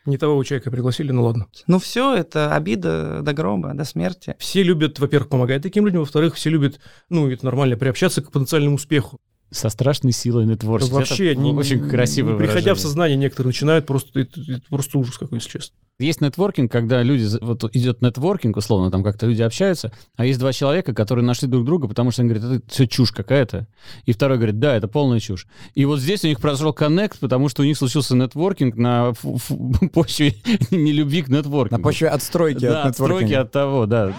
Не того человека пригласили, ну ладно. Ну все, это обида до гроба, до смерти. Все любят, во-первых, помогать таким людям, во-вторых, все любят, ну, это нормально, приобщаться к потенциальному успеху. Со страшной силой нетворчества. Вообще, очень красиво выражение. Приходя в сознание, некоторые начинают просто, это просто ужас какой, если честно. Есть нетворкинг, когда люди, вот идет нетворкинг, условно, там как-то люди общаются, а есть два человека, которые нашли друг друга, потому что они говорят, это все чушь какая-то. И второй говорит, да, это полная чушь. И вот здесь у них произошел коннект, потому что у них случился нетворкинг на почве нелюбви к нетворкингу. На почве отстройки да, от нетворкинга. отстройки от того, да.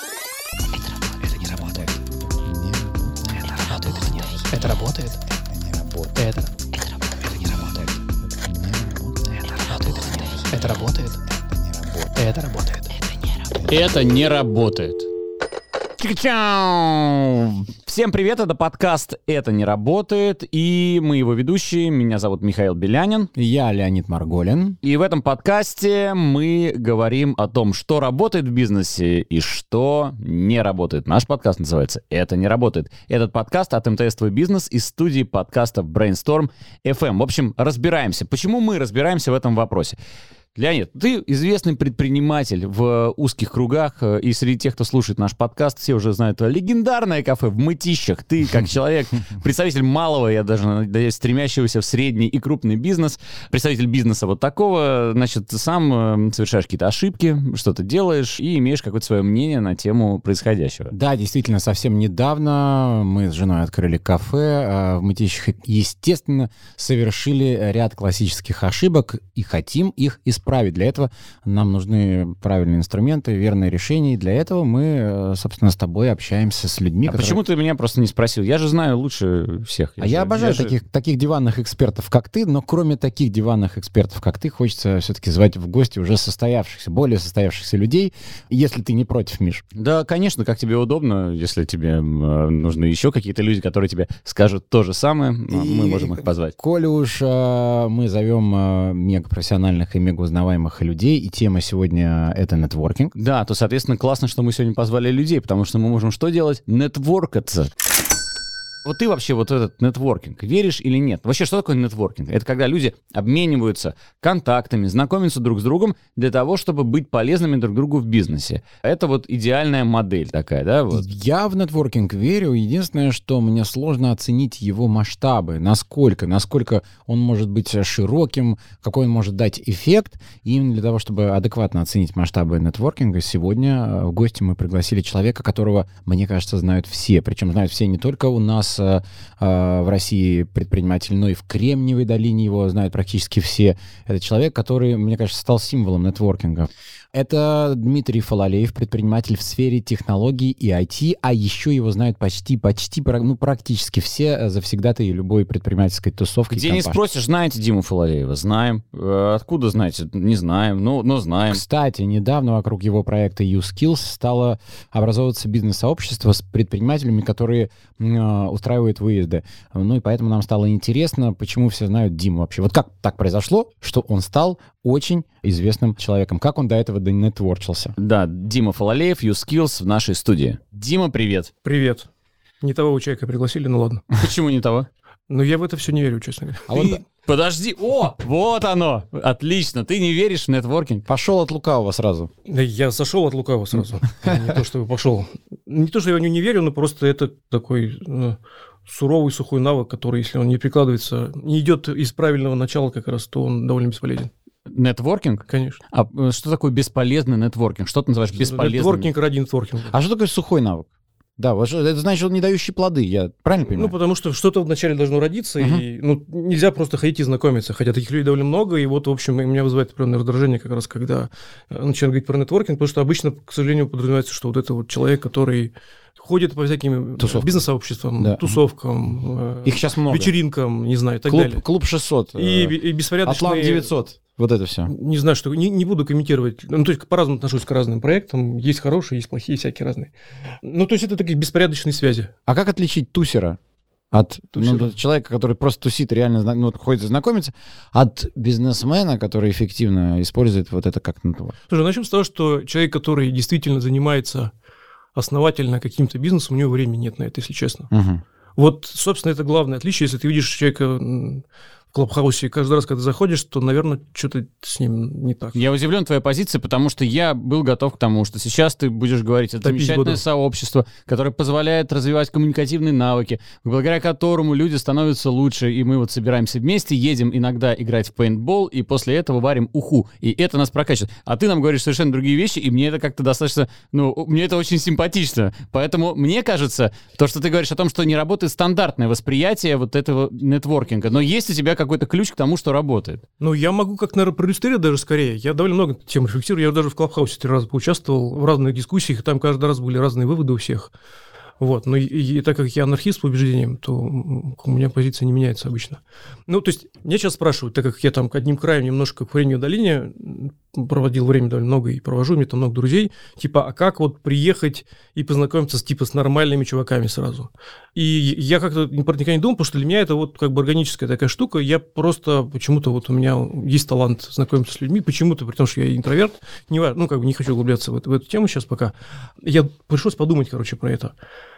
Это работает. Это работает. Это работает. Это не работает. Всем привет, это подкаст «Это не работает», и мы его ведущие, меня зовут Михаил Белянин. Я Леонид Марголин. И в этом подкасте мы говорим о том, что работает в бизнесе и что не работает. Наш подкаст называется «Это не работает». Этот подкаст от МТС «Твой бизнес» из студии подкастов Brainstorm FM. В общем, разбираемся. Почему мы разбираемся в этом вопросе? Леонид, ты известный предприниматель в узких кругах, и среди тех, кто слушает наш подкаст, все уже знают твое легендарное кафе в Мытищах. Ты, как человек, представитель малого, я даже надеюсь, стремящегося в средний и крупный бизнес, представитель бизнеса вот такого, значит, ты сам совершаешь какие-то ошибки, что-то делаешь и имеешь какое-то свое мнение на тему происходящего. Да, действительно, совсем недавно мы с женой открыли кафе в Мытищах, естественно, совершили ряд классических ошибок и хотим их исправить. Для этого нам нужны правильные инструменты, верные решения. И для этого мы, собственно, с тобой общаемся с людьми. Почему ты меня просто не спросил? Я же знаю лучше всех. Я обожаю таких диванных экспертов, как ты, но кроме таких диванных экспертов, как ты, хочется все-таки звать в гости уже состоявшихся, более состоявшихся людей, если ты не против, Миш. Да, конечно, как тебе удобно, если тебе нужны еще какие-то люди, которые тебе скажут то же самое, мы можем их позвать. Коли уж мы зовем мегапрофессиональных и мегаузнаваемых людей, и тема сегодня — это нетворкинг. Да, то, соответственно, классно, что мы сегодня позвали людей, потому что мы можем что делать? Нетворкаться. Вот ты вообще вот в этот нетворкинг веришь или нет? Вообще, что такое нетворкинг? Это когда люди обмениваются контактами, знакомятся друг с другом для того, чтобы быть полезными друг другу в бизнесе. Это вот идеальная модель такая, да? Вот. Я в нетворкинг верю. Единственное, что мне сложно оценить его масштабы. Насколько он может быть широким, какой он может дать эффект. И именно для того, чтобы адекватно оценить масштабы нетворкинга, сегодня в гости мы пригласили человека, которого, мне кажется, знают все. Причем знают все не только у нас в России предприниматель, но и в Кремниевой долине его знают практически все. Это человек, который, мне кажется, стал символом нетворкинга. Это Дмитрий Фалалеев, предприниматель в сфере технологий и IT, а еще его знают практически все завсегдатаи любой предпринимательской тусовки. Где не спросишь, знаете Диму Фалалеева? Знаем. Откуда знаете? Не знаем, но знаем. Кстати, недавно вокруг его проекта YouSkills стало образовываться бизнес-сообщество с предпринимателями, которые устраивают выезды. Ну и поэтому нам стало интересно, почему все знают Диму вообще. Вот как так произошло, что он стал очень известным человеком? Как он до этого донетворчился? Да, Дима Фалалеев, YouSkills в нашей студии. Дима, привет. Привет. Не того человека пригласили, ну ладно. Почему не того? Ну я в это все не верю, честно говоря. Подожди, вот оно, отлично, ты не веришь в нетворкинг? Пошел от лукавого сразу. Да я сошел от лукавого сразу. Не то, что пошел. Не то, что я в него не верю, но просто это такой суровый, сухой навык, который, если он не прикладывается, не идет из правильного начала как раз, то он довольно бесполезен. Нетворкинг? Конечно. А что такое бесполезный нетворкинг? Что ты называешь бесполезным? Нетворкинг ради нетворкинга. А что такое сухой навык? Да, вот это значит, он не дающий плоды, я правильно понимаю? Ну, потому что что-то вначале должно родиться, и нельзя просто ходить и знакомиться, хотя таких людей довольно много, и вот, в общем, меня вызывает определенное раздражение как раз, когда начинают говорить про нетворкинг, потому что обычно, к сожалению, подразумевается, что вот это вот человек, который ходит по всяким бизнес-сообществам, тусовкам, их сейчас много. Вечеринкам, не знаю, и так далее. Клуб 600. И беспорядочные... Атлант 900. Вот это все. Не знаю, что... Не буду комментировать. Ну, то есть, по-разному отношусь к разным проектам. Есть хорошие, есть плохие, всякие разные. Ну, то есть, это такие беспорядочные связи. А как отличить тусера от человека, который просто тусит, реально ходит и знакомится, от бизнесмена, который эффективно использует вот это как нетворк? Слушай, начнем с того, что человек, который действительно занимается основательно каким-то бизнесом, у него времени нет на это, если честно. Угу. Вот, собственно, это главное отличие. Если ты видишь человека в Клабхаусе, и каждый раз, когда ты заходишь, то, наверное, что-то с ним не так. Я удивлен твоей позиции, потому что я был готов к тому, что сейчас ты будешь говорить, это замечательное сообщество, которое позволяет развивать коммуникативные навыки, благодаря которому люди становятся лучше, и мы вот собираемся вместе, едем иногда играть в пейнтбол, и после этого варим уху, и это нас прокачивает. А ты нам говоришь совершенно другие вещи, и мне это как-то достаточно, мне это очень симпатично. Поэтому мне кажется, то, что ты говоришь о том, что не работает стандартное восприятие вот этого нетворкинга, но есть у тебя какой-то ключ к тому, что работает. Я могу как, наверное, проиллюстрировать даже скорее. Я довольно много тем рефлексирую. Я даже в Клабхаусе 3 раза поучаствовал в разных дискуссиях, и там каждый раз были разные выводы у всех. Вот. Но и так как я анархист по убеждениям, то у меня позиция не меняется обычно. То есть меня сейчас спрашивают, так как я там к одним краем немножко к времени удаления проводил время довольно много и провожу, у меня там много друзей, а как вот приехать и познакомиться с нормальными чуваками сразу. И я как-то про это никогда не думал, потому что для меня это вот как бы органическая такая штука. Я просто почему-то вот у меня есть талант знакомиться с людьми, почему-то, при том, что я интроверт, не хочу углубляться в эту тему сейчас пока. Пришлось подумать, про это.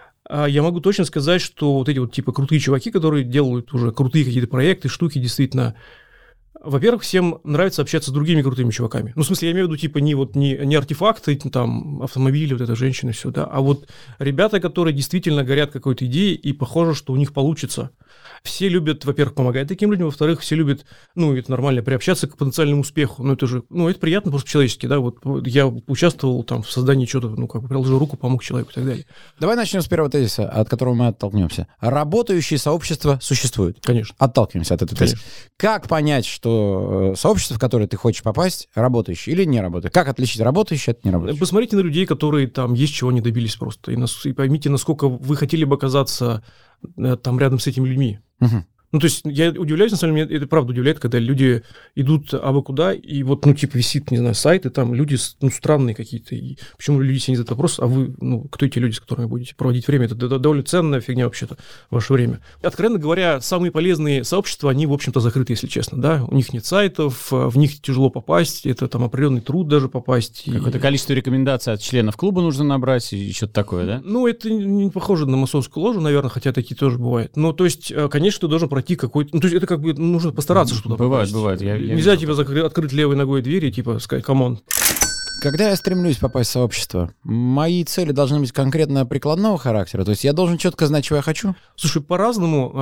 Я могу точно сказать, что вот эти вот крутые чуваки, которые делают уже крутые какие-то проекты, штуки, действительно, во-первых, всем нравится общаться с другими крутыми чуваками. В смысле, я имею в виду, не артефакты, там, автомобили, вот эта женщина, все, да, а вот ребята, которые действительно горят какой-то идеей, и похоже, что у них получится. Все любят, во-первых, помогать таким людям, во-вторых, все любят, это нормально, приобщаться к потенциальному успеху. Это же, это приятно просто по-человечески, да, вот я участвовал там в создании чего-то, приложил руку, помог человеку и так далее. Давай начнем с первого тезиса, от которого мы оттолкнемся. Работающие сообщества существуют. Конечно. Отталкиваемся от этого тезиса. Как понять, что сообщество, в которое ты хочешь попасть, работающее или не работает? Как отличить работающее от неработающего? Посмотрите на людей, которые там есть чего не добились просто, и поймите, насколько вы хотели бы оказаться там рядом с этими людьми. Угу. То есть я удивляюсь, на самом деле, это правда удивляет, когда люди идут абы куда, и вот, висит, не знаю, сайт, и там люди, странные какие-то, и почему люди себе не задают вопрос, а вы, кто эти люди, с которыми будете проводить время? Это довольно ценная фигня вообще-то, ваше время. Откровенно говоря, самые полезные сообщества, они, в общем-то, закрыты, если честно, да, у них нет сайтов, в них тяжело попасть, это там определенный труд даже попасть. Какое-то количество рекомендаций от членов клуба нужно набрать, и что-то такое, да? Это не похоже на масонскую ложу, наверное, хотя такие тоже бывают. То есть, конечно, ты должен пройти какой-то... то есть, это нужно постараться что-то попасть. Бывает. Нельзя тебе открыть левой ногой двери и сказать, камон. Когда я стремлюсь попасть в сообщество, мои цели должны быть конкретно прикладного характера? То есть я должен четко знать, чего я хочу? Слушай, по-разному.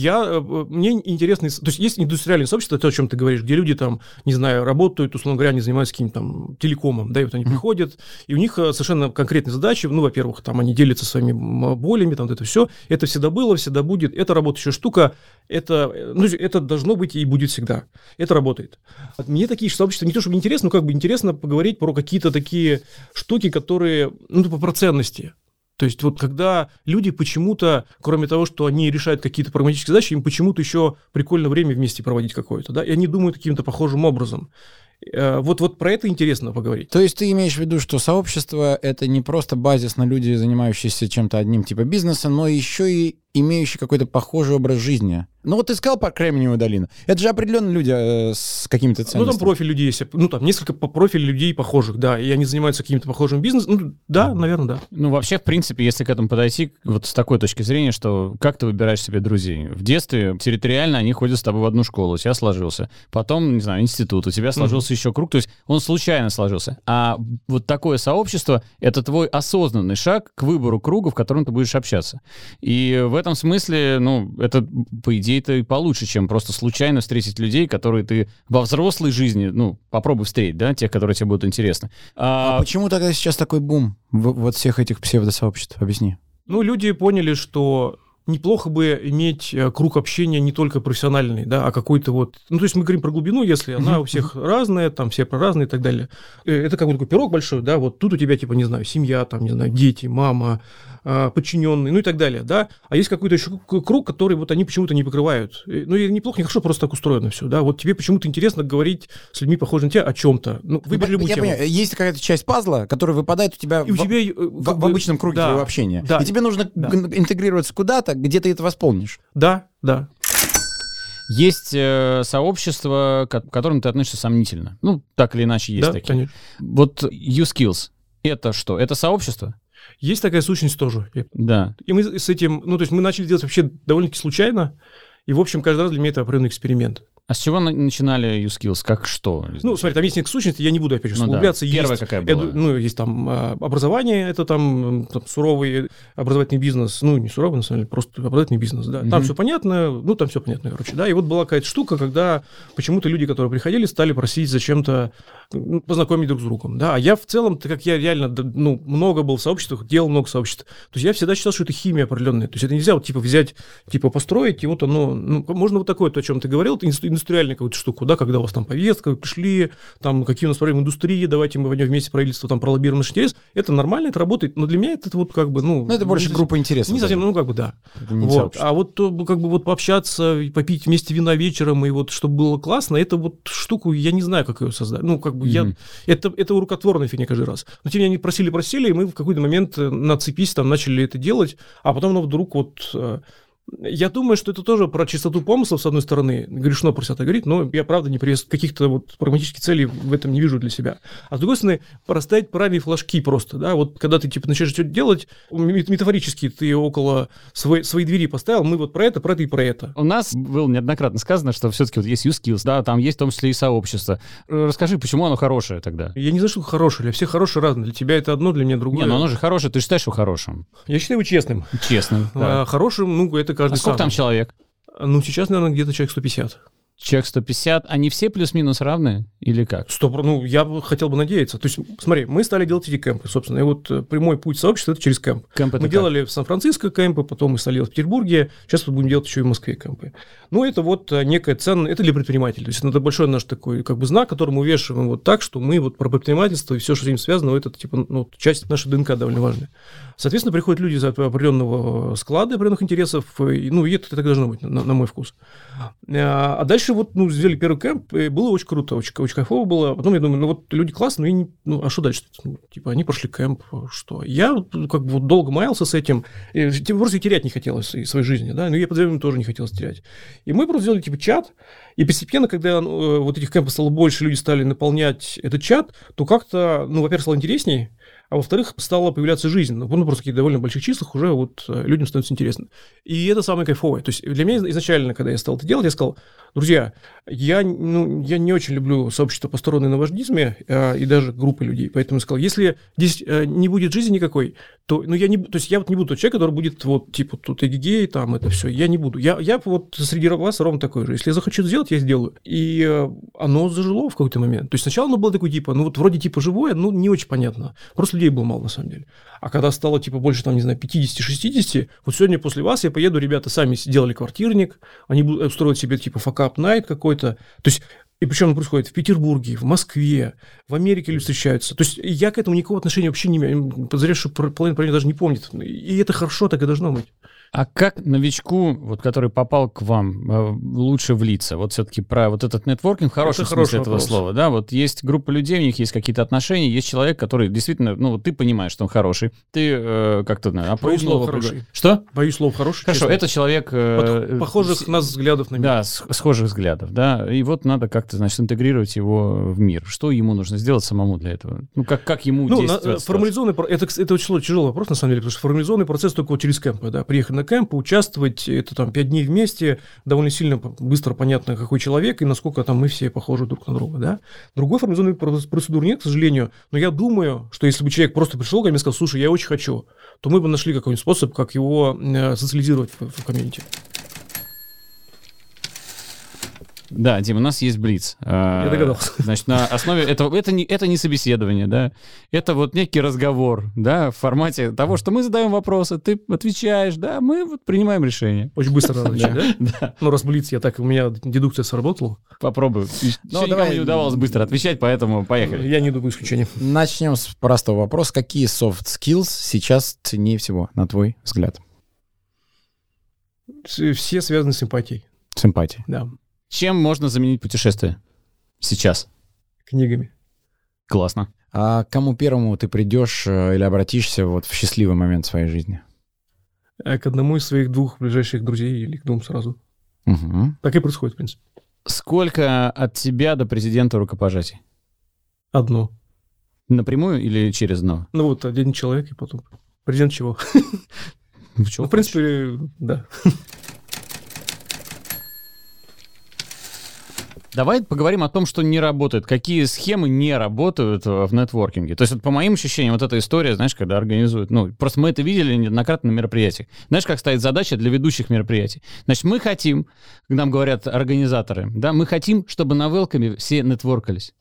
Мне интересно... То есть индустриальное сообщество, то, о чем ты говоришь, где люди там, не знаю, работают, условно говоря, они занимаются каким-то там телекомом, да, и вот они приходят, и у них совершенно конкретные задачи. Во-первых, там они делятся своими болями, там это все. Это всегда было, всегда будет. Это работающая штука. Это должно быть и будет всегда. Это работает. Мне такие сообщества не то чтобы интересно, но интересно поговорить про какие-то такие штуки, которые, про ценности. То есть вот когда люди почему-то, кроме того, что они решают какие-то прагматические задачи, им почему-то еще прикольно время вместе проводить какое-то, да, и они думают каким-то похожим образом. Вот про это интересно поговорить. То есть ты имеешь в виду, что сообщество — это не просто базисно люди, занимающиеся чем-то одним типа бизнеса, но еще и имеющие какой-то похожий образ жизни? Ты сказал про Кремниевую долину. Это же определенно люди с какими-то ценностями. Там профиль людей есть. Там несколько профилей людей похожих, да, и они занимаются каким-то похожим бизнесом. Да, наверное, да. Вообще, в принципе, если к этому подойти, вот с такой точки зрения, что как ты выбираешь себе друзей? В детстве территориально они ходят с тобой в одну школу, у тебя сложился. Потом, не знаю, институт, у тебя сложился еще круг, то есть он случайно сложился. А вот такое сообщество — это твой осознанный шаг к выбору круга, в котором ты будешь общаться. И в этом смысле, это, по идее-то, и получше, чем просто случайно встретить людей, которые ты во взрослой жизни, попробуй встретить, да, тех, которые тебе будут интересны. А почему тогда сейчас такой бум вот всех этих псевдосообществ? Объясни. Люди поняли, что неплохо бы иметь круг общения не только профессиональный, да, а какой-то вот... то есть мы говорим про глубину, если она у всех разная, там все про разные и так далее. Это как бы такой пирог большой, да, вот тут у тебя, не знаю, семья, там, не знаю, дети, мама, подчиненные, и так далее, да. А есть какой-то еще круг, который вот они почему-то не покрывают. И неплохо, нехорошо, просто так устроено все, да. Вот тебе почему-то интересно говорить с людьми, похожими на тебя, о чем-то. Выбери любую тему. Понимаю, есть какая-то часть пазла, которая выпадает у тебя в обычном круге твоего общения. Да. И тебе нужно интегрироваться куда-то, где ты это восполнишь. Да. Есть сообщества, к которым ты относишься сомнительно. Так или иначе есть такие. Конечно. Вот YouSkills — это что? Это сообщество? Есть такая сущность тоже. Да. И мы с этим, то есть мы начали делать вообще довольно-таки случайно, И, в общем, каждый раз для меня это определенный эксперимент. А с чего начинали YouSkills? Как что? Ну, смотри, там есть некая сущность, я не буду опять же углубляться. Да. Первая какая была? Есть там образование, это там суровый образовательный бизнес. Ну, не суровый, на самом деле, просто образовательный бизнес, да. Там все понятно, там все понятно, короче, да. И вот была какая-то штука, когда почему-то люди, которые приходили, стали просить зачем-то познакомить друг с другом, да. А я в целом, так как я реально, много был в сообществах, делал много сообществ, то есть я всегда считал, что это химия определенная. То есть это нельзя вот взять, построить, и вот оно, можно вот такое, то, о чем ты говорил, индустриальную какую-то штуку, да, когда у вас там повестка, вы пришли, там, какие у нас проблемы индустрии, давайте мы войдем вместе правительство, там, пролоббируем наш интерес. Это нормально, это работает, но для меня это вот как бы, это больше группа интересов. Не совсем, да. Вот. А вот как бы вот пообщаться, попить вместе вина вечером, и вот чтобы было классно, это вот штуку, я не знаю, как ее создать. Это рукотворная фигня каждый раз. Но тем не менее, просили, и мы в какой-то момент на цепись там начали это делать, а потом оно вдруг вот... Я думаю, что это тоже про чистоту помыслов, с одной стороны, грешно про себя так говорить, но я, правда, не каких-то вот прагматических целей в этом не вижу для себя. А с другой стороны, проставить правильные флажки просто, да, вот когда ты, начинаешь что-то делать, метафорически ты около своей двери поставил, мы вот про это и про это. У нас было неоднократно сказано, что все-таки вот есть YouSkills, да, там есть в том числе и сообщество. Расскажи, почему оно хорошее тогда? Я не знаю, что хорошее, все хорошие разные, для тебя это одно, для меня другое. Не, но оно же хорошее, ты считаешь его хорошим? Я считаю его честным. Честным, да. Хорошим, это каждый сколько там человек? Сейчас, наверное, где-то человек 150. Человек 150, они все плюс-минус равны или как? Я бы хотел бы надеяться. То есть, смотри, мы стали делать эти кемпы, собственно, и вот прямой путь сообщества – это через кемп. Мы делали в Сан-Франциско кемпы, потом мы стали делать в Петербурге, сейчас мы будем делать еще и в Москве кемпы. Это вот некая ценность, это для предпринимателей. То есть, это большой наш такой как бы знак, который мы увешиваем вот так, что мы вот про предпринимательство и все, что с ним связано, это часть нашей ДНК довольно важная. Соответственно, приходят люди из определенного склада, определенных интересов, и это так должно быть, на мой вкус. А дальше сделали первый кемп, и было очень круто, очень кайфово было. Потом я думаю, люди классные, а что дальше? Они прошли кемп, что? Я как бы долго маялся с этим, просто терять не хотелось в своей жизни, да, но я подозреваю, тоже не хотелось терять. И мы просто сделали чат, и постепенно, когда вот этих кемпов стало больше, люди стали наполнять этот чат, то как-то, во-первых, стало интереснее, а во-вторых, стала появляться жизнь. Просто в каких-то довольно больших числах уже людям становится интересно. И это самое кайфовое. То есть для меня изначально, когда я стал это делать, я сказал, друзья, я не очень люблю сообщество, построенное на вождизме, и даже группы людей. Поэтому я сказал, если здесь не будет жизни никакой, то я не буду тот человек, который будет тут эгегей, там это все. Я не буду. Я среди вас ровно такой же. Если я захочу сделать, я сделаю. И оно зажило в какой-то момент. То есть сначала оно было такое вроде живое, не очень понятно. Просто людей было мало, на самом деле. А когда стало больше, 50-60, вот сегодня после вас я поеду, ребята сами сделали квартирник, они будут устроить себе fuck-up night какой-то. То есть, и причем это происходит в Петербурге, в Москве, в Америке люди встречаются. То есть я к этому никакого отношения вообще не имею. Подозреваю, что половина даже не помнит. И это хорошо, так и должно быть. А как новичку, который попал к вам, лучше влиться? Все-таки про этот нетворкинг в хорошем смысле этого слова, да? Есть группа людей, у них есть какие-то отношения, есть человек, который действительно, ты понимаешь, что он хороший, ты как-то, боюсь слов хороший. Что? Боюсь слов хороший. Хорошо, честно. Это человек... Похожих нас взглядов на мир. Да, схожих взглядов, да. И надо как-то, интегрировать его в мир. Что ему нужно сделать самому для этого? Как ему действовать? Формализованный... Это очень тяжелый вопрос, на самом деле, потому что формализованный процесс только через кемпы, да, приехать на кемп, поучаствовать, это 5 дней вместе, довольно сильно, быстро понятно, какой человек и насколько мы все похожи друг на друга, да. Другой формализованной процедуры нет, к сожалению, но я думаю, что если бы человек просто пришел ко мне и сказал, слушай, я очень хочу, то мы бы нашли какой-нибудь способ, как его социализировать в комьюнити. Да, Дим, у нас есть блиц. Я догадался. Значит, на основе этого... Это не собеседование, да? Это некий разговор, да, в формате того, что мы задаем вопросы, ты отвечаешь, да, мы принимаем решение. Очень быстро надо отвечать, да? Да. Раз блиц, у меня дедукция сработала. Попробую. Но никому не удавалось быстро отвечать, поэтому поехали. Я не думаю исключением. Начнем с простого вопроса. Какие soft skills сейчас ценнее всего, на твой взгляд? Все связаны с эмпатией. С эмпатией? Да. Чем можно заменить путешествие сейчас? Книгами. Классно. А к кому первому ты придешь или обратишься в счастливый момент своей жизни? К одному из своих 2 ближайших друзей или к 2 сразу. Угу. Так и происходит, в принципе. Сколько от тебя до президента рукопожатий? 1. Напрямую или через одного? Один человек и потом. Президент чего? В принципе, да. Давай поговорим о том, что не работает. Какие схемы не работают в нетворкинге. То есть, вот, по моим ощущениям, вот эта история, знаешь, когда организуют... Ну, просто мы это видели неоднократно на мероприятиях. Знаешь, как стоит задача для ведущих мероприятий? Значит, мы хотим, когда нам говорят организаторы, да, мы хотим, чтобы на велкаме все нетворкались.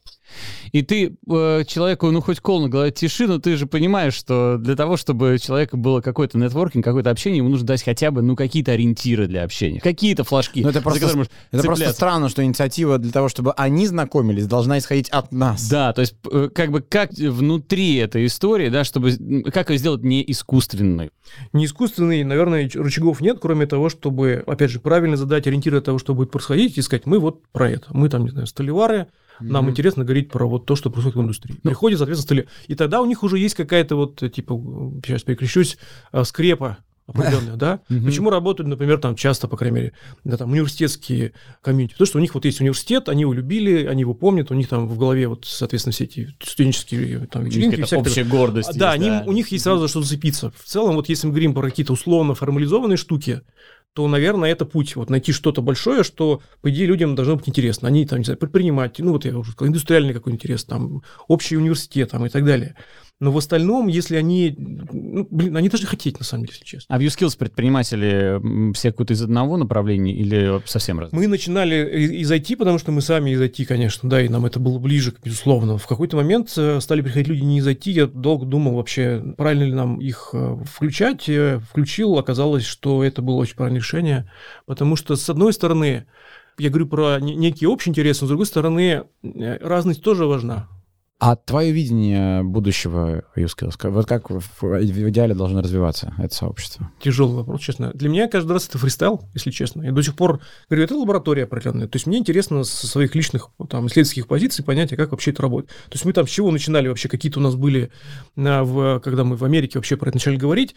И ты человеку, ну, хоть кол на голове тиши, но ты же понимаешь, что для того, чтобы у человека было какой-то нетворкинг, какое-то общение, ему нужно дать хотя бы, ну, какие-то ориентиры для общения, какие-то флажки. Но это просто странно, что инициатива для того, чтобы они знакомились, должна исходить от нас. Да, то есть как бы как внутри этой истории, да, чтобы как ее сделать не искусственной. Не искусственный, наверное, рычагов нет, кроме того, чтобы, опять же, правильно задать ориентиры того, что будет происходить, и сказать, мы вот про это, мы там, не знаю, столевары, нам интересно говорить про вот то, что происходит в индустрии. Приходит, соответственно, и тогда у них уже есть какая-то вот, типа, сейчас перекрещусь, скрепа определенная, да? Почему работают, например, там часто, по крайней мере, да, там университетские комьюнити? Потому что у них вот есть университет, они его любили, они его помнят, у них там в голове вот, соответственно, все эти студенческие там вечеринки. Это общая гордость. Да, у них есть сразу за что зацепиться. В целом, вот если мы говорим про какие-то условно формализованные штуки, то, наверное, это путь. Вот найти что-то большое, что, по идее, людям должно быть интересно. Они, там, не знаю, предприниматели, ну, вот я уже сказал, индустриальный какой-то интерес, там, общий университет там, и так далее. Но в остальном, если они... Ну, они должны хотеть, на самом деле, если честно. А в YouSkills предприниматели все какое-то из одного направления или совсем разные? Мы начинали из IT, потому что мы сами из IT, конечно, да, и нам это было ближе, безусловно. В какой-то момент стали приходить люди не из IT, я долго думал вообще, правильно ли нам их включать. Включил, оказалось, что это было очень правильное решение, потому что, с одной стороны, я говорю про некие общие интересы, но, с другой стороны, разность тоже важна. А твое видение будущего YouSkills, вот как в идеале должно развиваться это сообщество? Тяжелый вопрос, честно. Для меня каждый раз это фристайл, если честно. Я до сих пор говорю, это лаборатория определенная. То есть мне интересно со своих личных там, исследовательских позиций понять, как вообще это работает. То есть мы там с чего начинали вообще, какие-то у нас были, когда мы в Америке вообще про это начали говорить,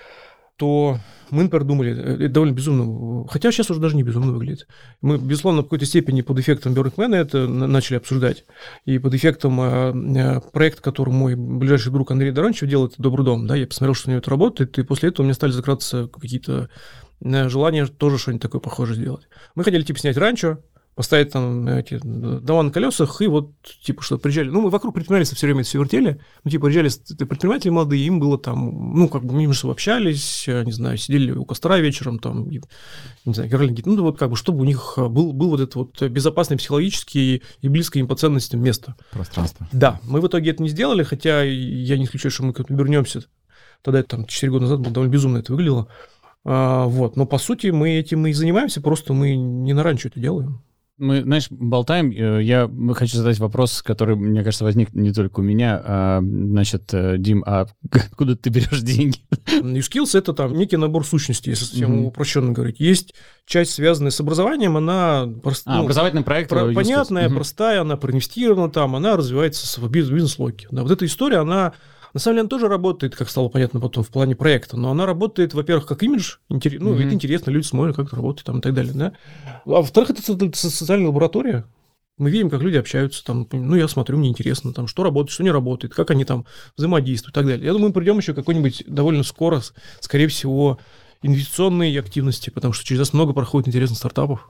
то мы, например, думали, это довольно безумно, хотя сейчас уже даже не безумно выглядит. Мы, безусловно, в какой-то степени под эффектом Бёрнкмена это начали обсуждать, и под эффектом проекта, который мой ближайший друг Андрей Дорончев делает, «Добрый дом», да, я посмотрел, что у него это работает, и после этого у меня стали закрадываться какие-то желания тоже что-нибудь такое похожее сделать. Мы хотели, типа, снять ранчо, поставить там эти дома на колесах, и вот, типа, что приезжали. Ну, мы вокруг предпринимательства все время это все вертели. Ну, типа, приезжали предприниматели молодые, им было там, ну, как бы, мы между собой общались, не знаю, сидели у костра вечером, там, и, не знаю, играли какие-то, ну, вот, как бы, чтобы у них был вот это вот безопасное психологически и близкое им по ценностям место. Пространство. Да, мы в итоге это не сделали, хотя я не исключаю, что мы к этому вернемся. Тогда это там 4 года назад было довольно безумно это выглядело. Вот, но, по сути, мы этим и занимаемся, просто мы не на ранчо это делаем. Мы, знаешь, болтаем. Я хочу задать вопрос, который, мне кажется, возник не только у меня. Значит, Дим, а откуда ты берешь деньги? YouSkills — это там некий набор сущностей, если совсем упрощенно говорить. Есть часть, связанная с образованием, она образовательный проект. Понятная, простая, она проинвестирована там, она развивается в бизнес-логике. Да, вот эта история, она... На самом деле, она тоже работает, как стало понятно потом, в плане проекта, но она работает, во-первых, как имидж, это интересно, люди смотрят, как это работает там, и так далее, да. А во-вторых, это социальная лаборатория. Мы видим, как люди общаются, там, ну, я смотрю, мне интересно, там, что работает, что не работает, как они там взаимодействуют и так далее. Я думаю, мы придем еще какой-нибудь довольно скоро, скорее всего, инвестиционные активности, потому что через нас много проходит интересных стартапов.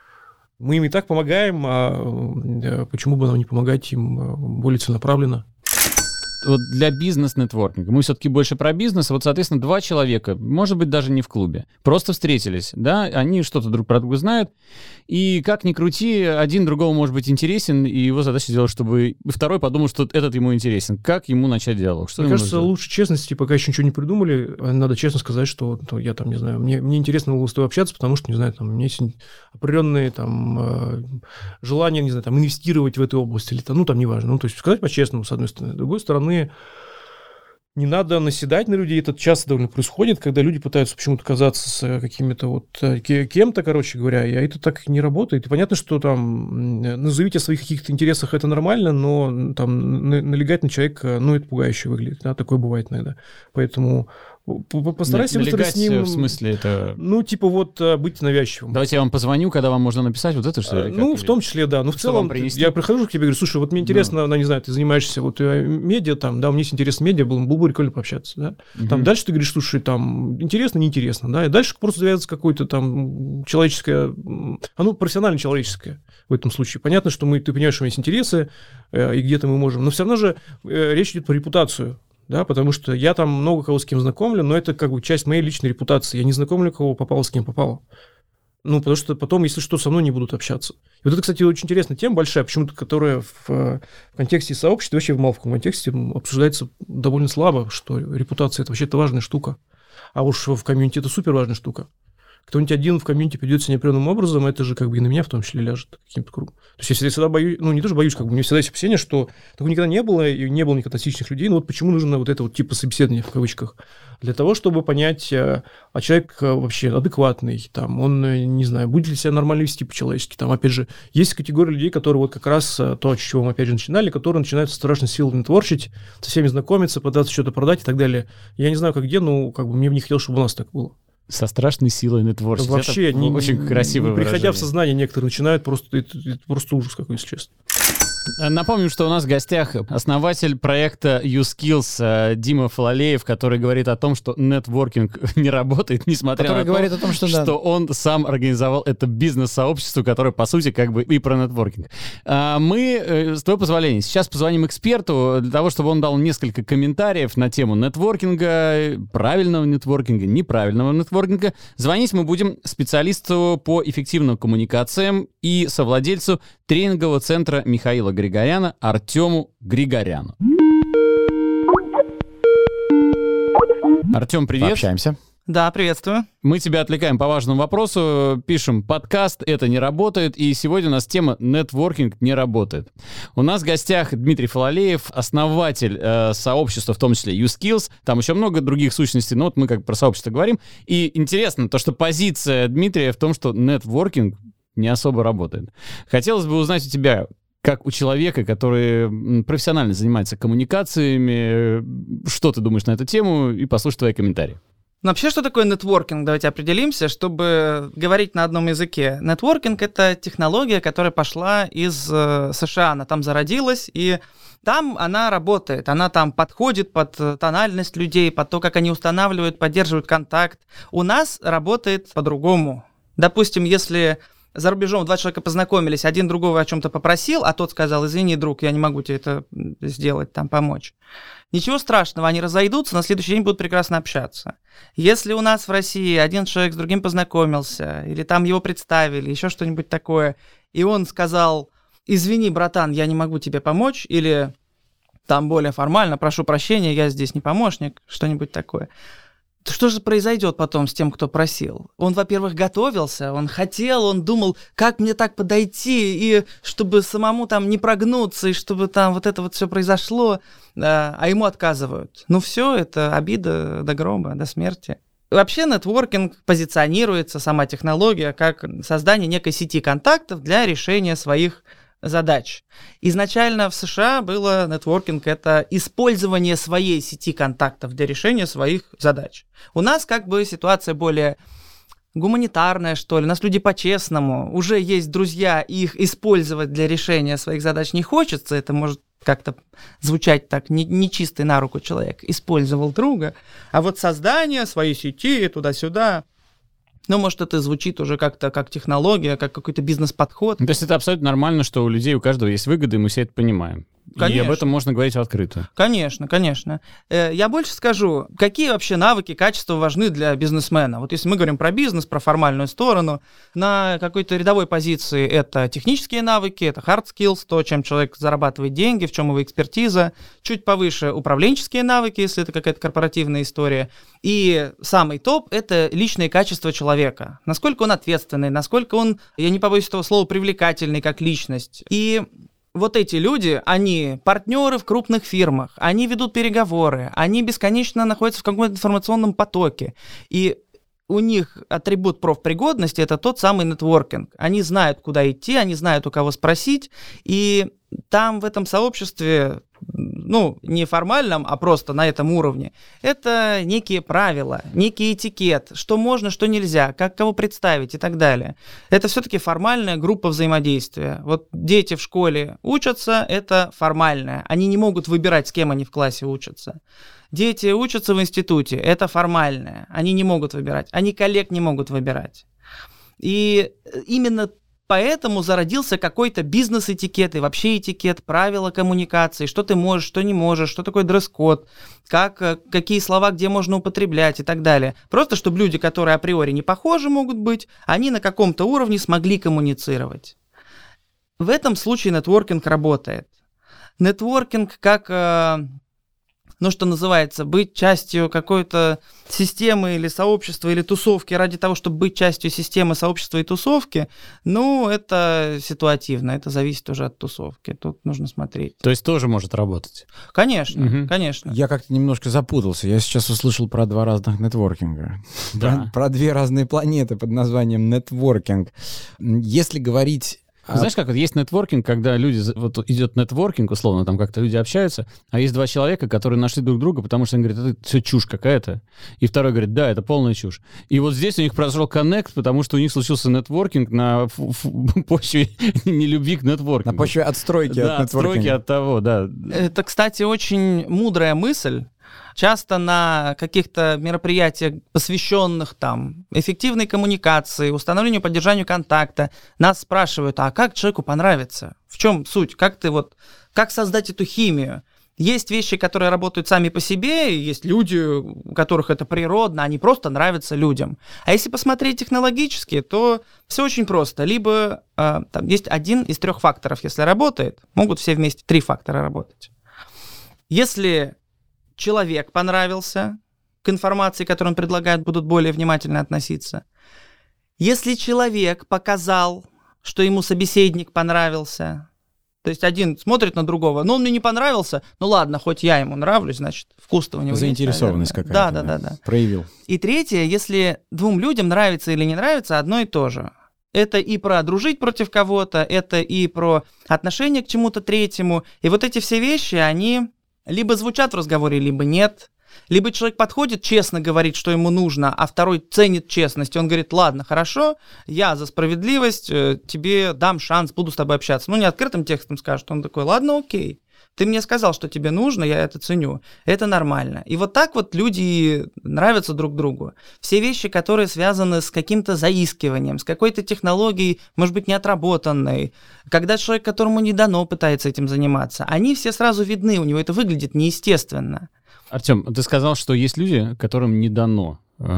Мы им и так помогаем, а почему бы нам не помогать им более целенаправленно? Вот для бизнес-нетворкинга. Мы все-таки больше про бизнес. Вот, соответственно, 2 человека, может быть, даже не в клубе, просто встретились, да, они что-то друг про друга знают, и как ни крути, один другому может быть интересен, и его задача сделать, чтобы второй подумал, что этот ему интересен. Как ему начать диалог? Что мне кажется, лучше честности, пока еще ничего не придумали, надо честно сказать, что я там, не знаю, мне интересно было с тобой общаться, потому что, не знаю, там, у меня есть определенные там желания, не знаю, там, инвестировать в эту область, или там, ну, там, неважно. Ну, то есть сказать по-честному, с одной стороны. С другой стороны, не надо наседать на людей. Это часто довольно происходит, когда люди пытаются почему-то казаться с какими-то вот кем-то, короче говоря, и это так не работает. И понятно, что там назовите о своих каких-то интересах, это нормально, но там налегать на человека, ну, это пугающе выглядит, да, такое бывает иногда. Поэтому Постарайся быстро с ним... в смысле это... Ну, типа вот быть навязчивым. Давайте я вам позвоню, когда вам можно написать вот это, что ли? Ну, в том числе, да. Ну, в целом, я прихожу к тебе и говорю, слушай, вот мне интересно, не знаю, ты занимаешься вот медиа, там, да, у меня есть интерес в медиа, было бы прикольно пообщаться, да. Там дальше ты говоришь, слушай, там, интересно, неинтересно, да, и дальше просто завязывается какое-то там человеческое, профессионально-человеческое в этом случае. Понятно, что ты понимаешь, что у меня есть интересы, и где-то мы можем, но все равно же речь идет про репутацию. Да, потому что я там много кого с кем знакомлю, но это как бы часть моей личной репутации. Я не знакомлю, кого попало, с кем попало. Ну, потому что потом, если что, со мной не будут общаться. И вот это, кстати, очень интересная тема большая, почему-то, которая в контексте сообщества, вообще в малфском контексте обсуждается довольно слабо, что репутация – это вообще-то важная штука. А уж в комьюнити это супер важная штука. Кто-нибудь один в комьюнити ведет себя неопределенным образом, это же как бы и на меня в том числе ляжет каким-то кругом. То есть я всегда боюсь, не то, что боюсь, как бы у меня всегда есть опасение, что такого никогда не было, и не было никогда токсичных людей, но вот почему нужно вот это вот типа собеседование в кавычках? Для того, чтобы понять, а человек вообще адекватный, там, он, не знаю, будет ли себя нормально вести по-человечески, там, опять же, есть категория людей, которые вот как раз то, с чего мы опять же начинали, которые начинают со страшной силой нетворчить, со всеми знакомиться, пытаться что-то продать и так далее. Я не знаю, как где, но как бы мне бы не хотелось, чтобы у нас так было. Со страшной силой нетворчества. Вообще, это очень красивое выражение. Приходя в сознание, некоторые начинают это просто ужас какой, если честно. Напомним, что у нас в гостях основатель проекта YouSkills Дима Фалалеев, который говорит о том, что нетворкинг не работает, несмотря на то, что он сам организовал это бизнес-сообщество, которое, по сути, как бы и про нетворкинг. Мы, с твоего позволения, сейчас позвоним эксперту для того, чтобы он дал несколько комментариев на тему нетворкинга, правильного нетворкинга, неправильного нетворкинга. Звонить мы будем специалисту по эффективным коммуникациям и совладельцу тренингового центра Михаила Григоряна Артему Григоряну. Артем, привет. Общаемся. Да, приветствую. Мы тебя отвлекаем по важному вопросу, пишем подкаст «Это не работает», и сегодня у нас тема «Нетворкинг не работает». У нас в гостях Дмитрий Фалалеев, основатель сообщества, в том числе YouSkills, там еще много других сущностей, но вот мы как про сообщество говорим. И интересно то, что позиция Дмитрия в том, что нетворкинг не особо работает. Хотелось бы узнать у тебя, как у человека, который профессионально занимается коммуникациями, что ты думаешь на эту тему, и послушать твои комментарии. Ну, вообще, что такое нетворкинг? Давайте определимся, чтобы говорить на одном языке. Нетворкинг — это технология, которая пошла из США, она там зародилась, и там она работает, она там подходит под тональность людей, под то, как они устанавливают, поддерживают контакт. У нас работает по-другому. Допустим, если за рубежом два человека познакомились, один другого о чем-то попросил, а тот сказал: извини, друг, я не могу тебе это сделать, там, помочь. Ничего страшного, они разойдутся, на следующий день будут прекрасно общаться. Если у нас в России один человек с другим познакомился, или там его представили, еще что-нибудь такое, и он сказал: извини, братан, я не могу тебе помочь, или там более формально: прошу прощения, я здесь не помощник, что-нибудь такое. Что же произойдет потом с тем, кто просил? Он, во-первых, готовился, он хотел, он думал, как мне так подойти, и чтобы самому там не прогнуться, и чтобы там вот это вот все произошло, а ему отказывают. Ну все, это обида до гроба, до смерти. Вообще нетворкинг позиционируется, сама технология, как создание некой сети контактов для решения своих задач. Изначально в США было нетворкинг — это использование своей сети контактов для решения своих задач. У нас как бы ситуация более гуманитарная, что ли. У нас люди по-честному. Уже есть друзья, и их использовать для решения своих задач не хочется. Это может как-то звучать так нечисто на руку человек. Использовал друга. А вот создание своей сети туда-сюда... Ну, может, это звучит уже как-то как технология, как какой-то бизнес-подход. То есть это абсолютно нормально, что у людей, у каждого есть выгоды, и мы все это понимаем. Конечно. И об этом можно говорить открыто. Конечно, конечно. Я больше скажу, какие вообще навыки, качества важны для бизнесмена. Вот если мы говорим про бизнес, про формальную сторону, на какой-то рядовой позиции это технические навыки, это hard skills, то, чем человек зарабатывает деньги, в чем его экспертиза. Чуть повыше управленческие навыки, если это какая-то корпоративная история. И самый топ — это личные качества человека. Насколько он ответственный, насколько он, я не побоюсь этого слова, привлекательный как личность. И вот эти люди, они партнеры в крупных фирмах, они ведут переговоры, они бесконечно находятся в каком-то информационном потоке. И у них атрибут профпригодности — это тот самый нетворкинг. Они знают, куда идти, они знают, у кого спросить, и там в этом сообществе не формальном, а просто на этом уровне, это некие правила, некий этикет, что можно, что нельзя, как кого представить и так далее. Это все-таки формальная группа взаимодействия. Вот дети в школе учатся, это формальное. Они не могут выбирать, с кем они в классе учатся. Дети учатся в институте, это формальное. Они не могут выбирать. Они коллег не могут выбирать. И именно поэтому зародился какой-то бизнес-этикет и вообще этикет, правила коммуникации, что ты можешь, что не можешь, что такое дресс-код, какие слова где можно употреблять и так далее. Просто чтобы люди, которые априори не похожи могут быть, они на каком-то уровне смогли коммуницировать. В этом случае нетворкинг работает. Нетворкинг как... что называется, быть частью какой-то системы или сообщества, или тусовки ради того, чтобы быть частью системы, сообщества и тусовки, это ситуативно, это зависит уже от тусовки, тут нужно смотреть. То есть тоже может работать? Конечно, конечно. Я как-то немножко запутался, я сейчас услышал про 2 разных нетворкинга, про 2 разные планеты под названием нетворкинг. Если говорить... Знаешь, как вот есть нетворкинг, когда люди, вот идет нетворкинг, условно, там как-то люди общаются, а есть 2 человека, которые нашли друг друга, потому что они говорят, это все чушь какая-то. И второй говорит, да, это полная чушь. И вот здесь у них произошел коннект, потому что у них случился нетворкинг на почве нелюбви к нетворкингу. На почве отстройки от нетворкинга. Отстройки от того, да. Это, кстати, очень мудрая мысль. Часто на каких-то мероприятиях, посвященных эффективной коммуникации, установлению и поддержанию контакта, нас спрашивают, а как человеку понравится? В чем суть? Как создать эту химию? Есть вещи, которые работают сами по себе, и есть люди, у которых это природно, они просто нравятся людям. А если посмотреть технологически, то все очень просто. Либо есть один из 3 факторов, если работает, могут все вместе 3 фактора работать. Если человек понравился, к информации, которую он предлагает, будут более внимательно относиться. Если человек показал, что ему собеседник понравился, то есть один смотрит на другого, он мне не понравился, ладно, хоть я ему нравлюсь, значит, вкус-то у него заинтересованность есть. какая-то. Да. Проявил. И третье, если 2 людям нравится или не нравится одно и то же. Это и про дружить против кого-то, это и про отношение к чему-то третьему. И вот эти все вещи, они... либо звучат в разговоре, либо нет. Либо человек подходит, честно говорит, что ему нужно, а второй ценит честность. Он говорит, ладно, хорошо, я за справедливость, тебе дам шанс, буду с тобой общаться. Не открытым текстом скажет. Он такой, ладно, окей. Ты мне сказал, что тебе нужно, я это ценю. Это нормально. И вот так вот люди нравятся друг другу. Все вещи, которые связаны с каким-то заискиванием, с какой-то технологией, может быть, неотработанной, когда человек, которому не дано, пытается этим заниматься, они все сразу видны, у него это выглядит неестественно. Артем, ты сказал, что есть люди, которым не дано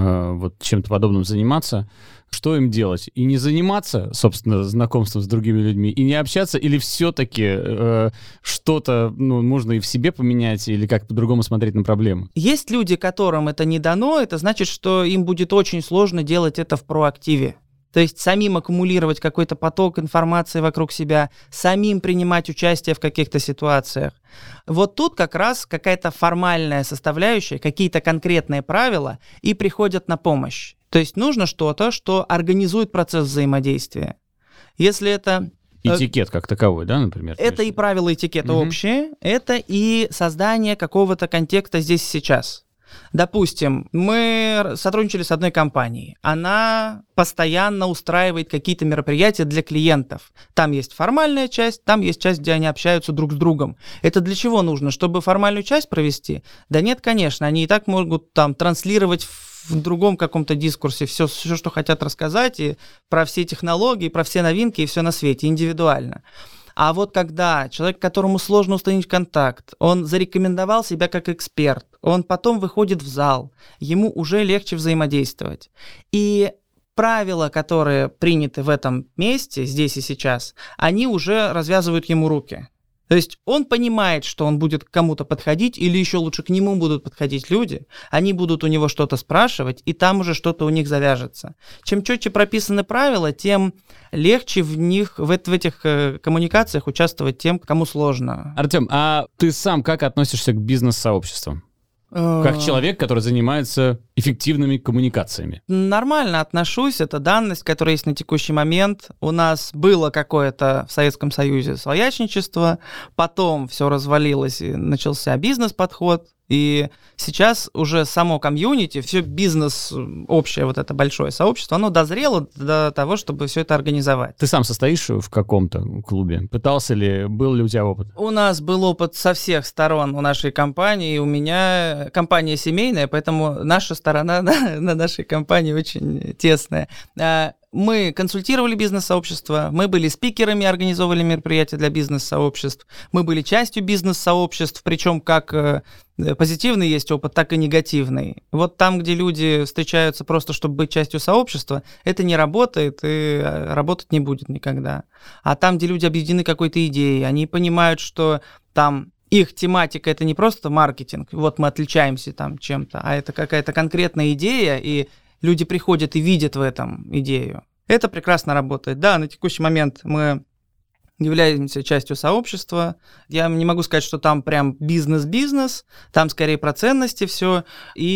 чем-то подобным заниматься. Что им делать? И не заниматься, собственно, знакомством с другими людьми, и не общаться, или все-таки что-то можно и в себе поменять, или как по-другому смотреть на проблему? Есть люди, которым это не дано, это значит, что им будет очень сложно делать это в проактиве. То есть самим аккумулировать какой-то поток информации вокруг себя, самим принимать участие в каких-то ситуациях. Вот тут как раз какая-то формальная составляющая, какие-то конкретные правила и приходят на помощь. То есть нужно что-то, что организует процесс взаимодействия. Если это... Этикет как таковой, да, например? Это и правила этикета общие, это и создание какого-то контекста здесь и сейчас. Допустим, мы сотрудничали с одной компанией. Она постоянно устраивает какие-то мероприятия для клиентов. Там есть формальная часть, там есть часть, где они общаются друг с другом. Это для чего нужно? Чтобы формальную часть провести? Да нет, конечно, они и так могут транслировать в другом каком-то дискурсе все, что хотят рассказать, и про все технологии, про все новинки, и все на свете, индивидуально. А вот когда человек, которому сложно установить контакт, он зарекомендовал себя как эксперт, он потом выходит в зал, ему уже легче взаимодействовать. И правила, которые приняты в этом месте, здесь и сейчас, они уже развязывают ему руки. То есть он понимает, что он будет к кому-то подходить, или еще лучше к нему будут подходить люди, они будут у него что-то спрашивать, и там уже что-то у них завяжется. Чем четче прописаны правила, тем легче в них, в этих коммуникациях участвовать тем, кому сложно. Артем, а ты сам как относишься к бизнес-сообществам? Как человек, который занимается эффективными коммуникациями? Нормально отношусь, это данность, которая есть на текущий момент. У нас было какое-то в Советском Союзе своячничество, потом все развалилось и начался бизнес-подход. И сейчас уже само комьюнити, все бизнес, общее вот это большое сообщество, оно дозрело до того, чтобы все это организовать. Ты сам состоишь в каком-то клубе? Пытался ли, был ли у тебя опыт? У нас был опыт со всех сторон у нашей компании. У меня компания семейная, поэтому наша сторона на нашей компании очень тесная. Мы консультировали бизнес-сообщество, мы были спикерами, организовывали мероприятия для бизнес-сообществ, мы были частью бизнес-сообществ, причем как позитивный есть опыт, так и негативный. Вот там, где люди встречаются просто, чтобы быть частью сообщества, это не работает и работать не будет никогда. А там, где люди объединены какой-то идеей, они понимают, что там их тематика — это не просто маркетинг, вот мы отличаемся там чем-то, а это какая-то конкретная идея, и люди приходят и видят в этом идею. Это прекрасно работает. Да, на текущий момент мы являемся частью сообщества. Я не могу сказать, что там прям бизнес-бизнес, там скорее про ценности все.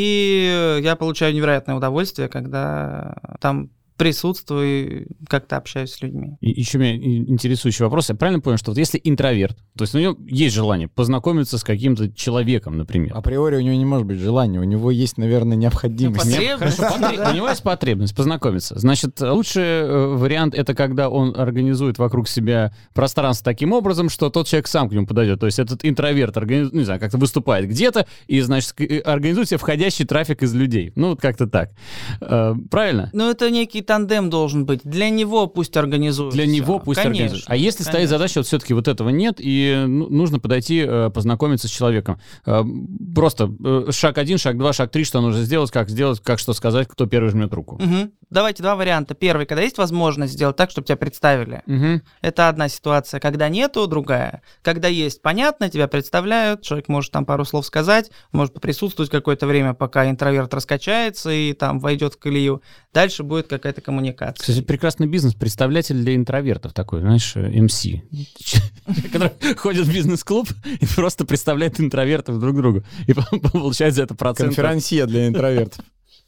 И я получаю невероятное удовольствие, когда там присутствую и как-то общаюсь с людьми. И еще меня интересующий вопрос. Я правильно понял, что вот если интроверт, то есть у него есть желание познакомиться с каким-то человеком, например. Априори у него не может быть желания, у него есть, наверное, необходимость. У него есть потребность познакомиться. Значит, лучший вариант — это когда он организует вокруг себя пространство таким образом, что тот человек сам к нему подойдет. То есть этот интроверт, не знаю, как-то выступает где-то и, значит, организует себе входящий трафик из людей. Ну, вот как-то так. Правильно? Ну, это некий тандем должен быть. Для него пусть организует. Для него пусть организует. А если стоит задача, вот все-таки вот этого нет, и нужно подойти, познакомиться с человеком. Просто шаг 1, шаг 2, шаг 3, что нужно сделать, как что сказать, кто первый жмет руку. Угу. Давайте два варианта. Первый, когда есть возможность сделать так, чтобы тебя представили. Угу. Это одна ситуация. Когда нету, другая. Когда есть, понятно, тебя представляют, человек может там пару слов сказать, может присутствовать какое-то время, пока интроверт раскачается и там войдет в колею. Дальше будет какая-то коммуникация. Кстати, прекрасный бизнес, представлятель для интровертов такой, знаешь, MC, который ходит в бизнес-клуб и просто представляет интровертов друг другу. И получает за это процент. Конферансье для интровертов.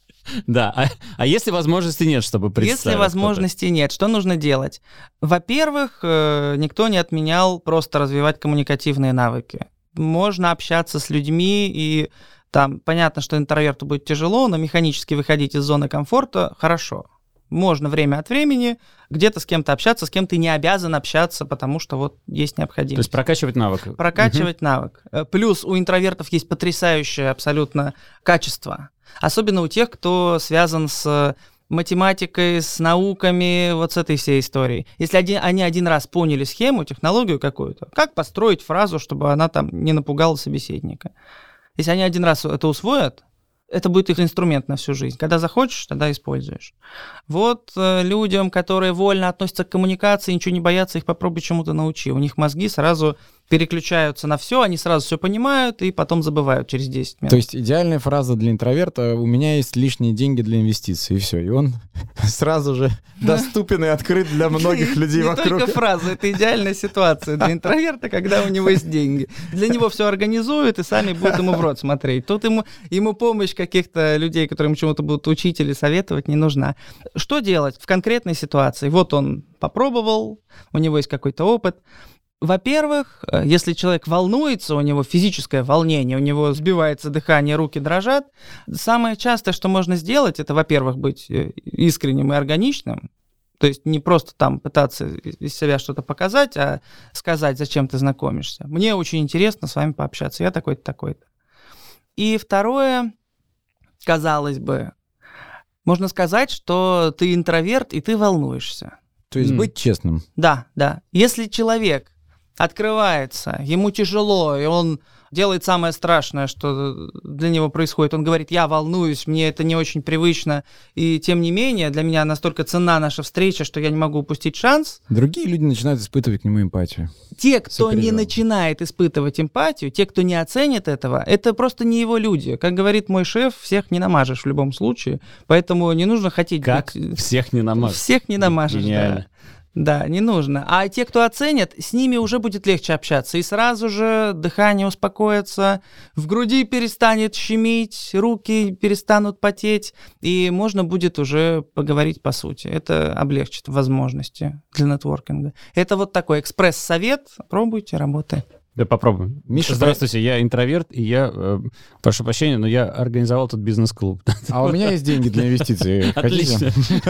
Да, а если возможности нет, чтобы представить? Если возможности нет, что нужно делать? Во-первых, никто не отменял просто развивать коммуникативные навыки. Можно общаться с людьми, и там понятно, что интроверту будет тяжело, но механически выходить из зоны комфорта хорошо. Можно время от времени где-то с кем-то общаться, с кем ты не обязан общаться, потому что вот есть необходимость. То есть прокачивать навык. Прокачивать навык. Плюс у интровертов есть потрясающее абсолютно качество. Особенно у тех, кто связан с математикой, с науками, вот с этой всей историей. Если они один раз поняли схему, технологию какую-то, как построить фразу, чтобы она там не напугала собеседника. Если они один раз это усвоят, это будет их инструмент на всю жизнь. Когда захочешь, тогда используешь. Вот людям, которые вольно относятся к коммуникации, ничего не боятся, их попробуй чему-то научи. У них мозги сразу переключаются на все, они сразу все понимают и потом забывают через 10 минут. То есть идеальная фраза для интроверта: у меня есть лишние деньги для инвестиций, и все. И он сразу же доступен и открыт для многих людей вокруг. Не только фраза, это идеальная ситуация для интроверта, когда у него есть деньги. Для него все организуют и сами будут ему в рот смотреть. Тут ему помощь каких-то людей, которые ему чему-то будут учить или советовать, не нужна. Что делать в конкретной ситуации? Вот он попробовал, у него есть какой-то опыт. Во-первых, если человек волнуется, у него физическое волнение, у него сбивается дыхание, руки дрожат, самое частое, что можно сделать, это, во-первых, быть искренним и органичным, то есть не просто там пытаться из себя что-то показать, а сказать, зачем ты знакомишься. Мне очень интересно с вами пообщаться, я такой-то, такой-то. И второе, казалось бы, можно сказать, что ты интроверт и ты волнуешься. То есть быть честным. Да, да. Если человек открывается, ему тяжело, и он делает самое страшное, что для него происходит. Он говорит: я волнуюсь, мне это не очень привычно, и тем не менее для меня настолько ценна наша встреча, что я не могу упустить шанс. Другие люди начинают испытывать к нему эмпатию. Те, кто не начинает испытывать эмпатию, те, кто не оценит этого, это просто не его люди. Как говорит мой шеф, всех не намажешь в любом случае, поэтому не нужно хотеть... Как? Всех не намажешь? Всех не намажешь, Гениально. Да. Да, не нужно. А те, кто оценят, с ними уже будет легче общаться. И сразу же дыхание успокоится, в груди перестанет щемить, руки перестанут потеть, и можно будет уже поговорить по сути. Это облегчит возможности для нетворкинга. Это вот такой экспресс-совет. Пробуйте, работает. Да, попробуем. Миша, здравствуйте, я интроверт, и я, прошу прощения, но я организовал тут бизнес-клуб. А у меня есть деньги для инвестиций. Отлично.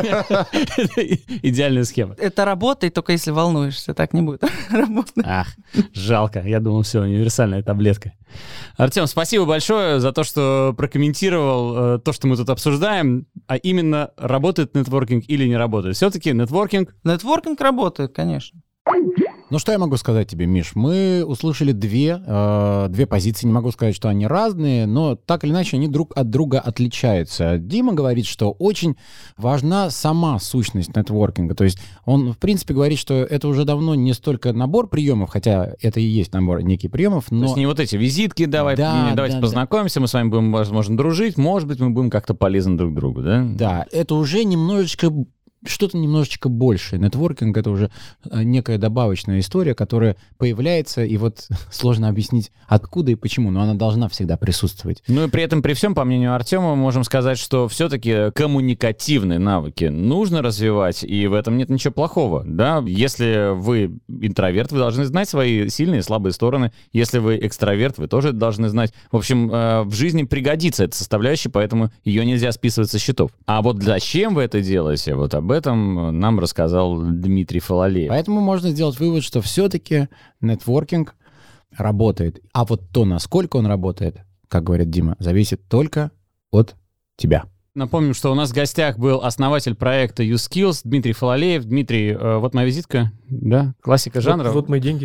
Идеальная схема. Это работает, только если волнуешься, так не будет работать. Ах, жалко. Я думал, все, универсальная таблетка. Артем, спасибо большое за то, что прокомментировал то, что мы тут обсуждаем, а именно, работает нетворкинг или не работает. Все-таки нетворкинг... Нетворкинг работает, конечно. Ну, что я могу сказать тебе, Миш? Мы услышали две позиции. Не могу сказать, что они разные, но так или иначе они друг от друга отличаются. Дима говорит, что очень важна сама сущность нетворкинга. То есть он, в принципе, говорит, что это уже давно не столько набор приемов, хотя это и есть набор неких приемов, но... То есть не вот эти визитки, давайте познакомимся, мы с вами будем, возможно, дружить, может быть, мы будем как-то полезны друг другу, да? Да, это уже немножечко... Что-то немножечко большее. Нетворкинг — это уже некая добавочная история, которая появляется, и вот сложно объяснить, откуда и почему, но она должна всегда присутствовать. Ну и при этом, при всем, по мнению Артема, можем сказать, что все-таки коммуникативные навыки нужно развивать, и в этом нет ничего плохого, да? Если вы интроверт, вы должны знать свои сильные и слабые стороны. Если вы экстраверт, вы тоже должны знать. В общем, в жизни пригодится эта составляющая, поэтому ее нельзя списывать со счетов. А вот зачем вы это делаете, вот об этом нам рассказал Дмитрий Фалалеев. Поэтому можно сделать вывод, что все-таки нетворкинг работает. А вот то, насколько он работает, как говорит Дима, зависит только от тебя. Напомним, что у нас в гостях был основатель проекта YouSkills Дмитрий Фалалеев. Дмитрий, вот моя визитка, да, классика жанра. Вот мои деньги.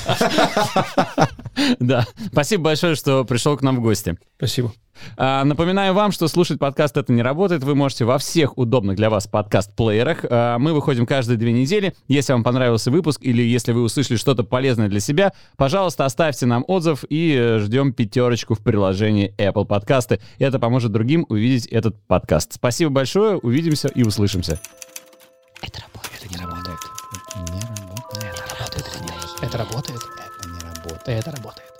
Да, спасибо большое, что пришел к нам в гости. Спасибо. Напоминаю вам, что слушать подкаст «Это не работает» вы можете во всех удобных для вас подкаст-плеерах. Мы выходим каждые 2 недели. Если вам понравился выпуск или если вы услышали что-то полезное для себя, пожалуйста, оставьте нам отзыв и ждем 5 в приложении Apple Подкасты. Это поможет другим увидеть этот подкаст. Спасибо большое, увидимся и услышимся. Это работает. Это не работает. Это работает. Это работает. Это работает. Это не работает. Это работает.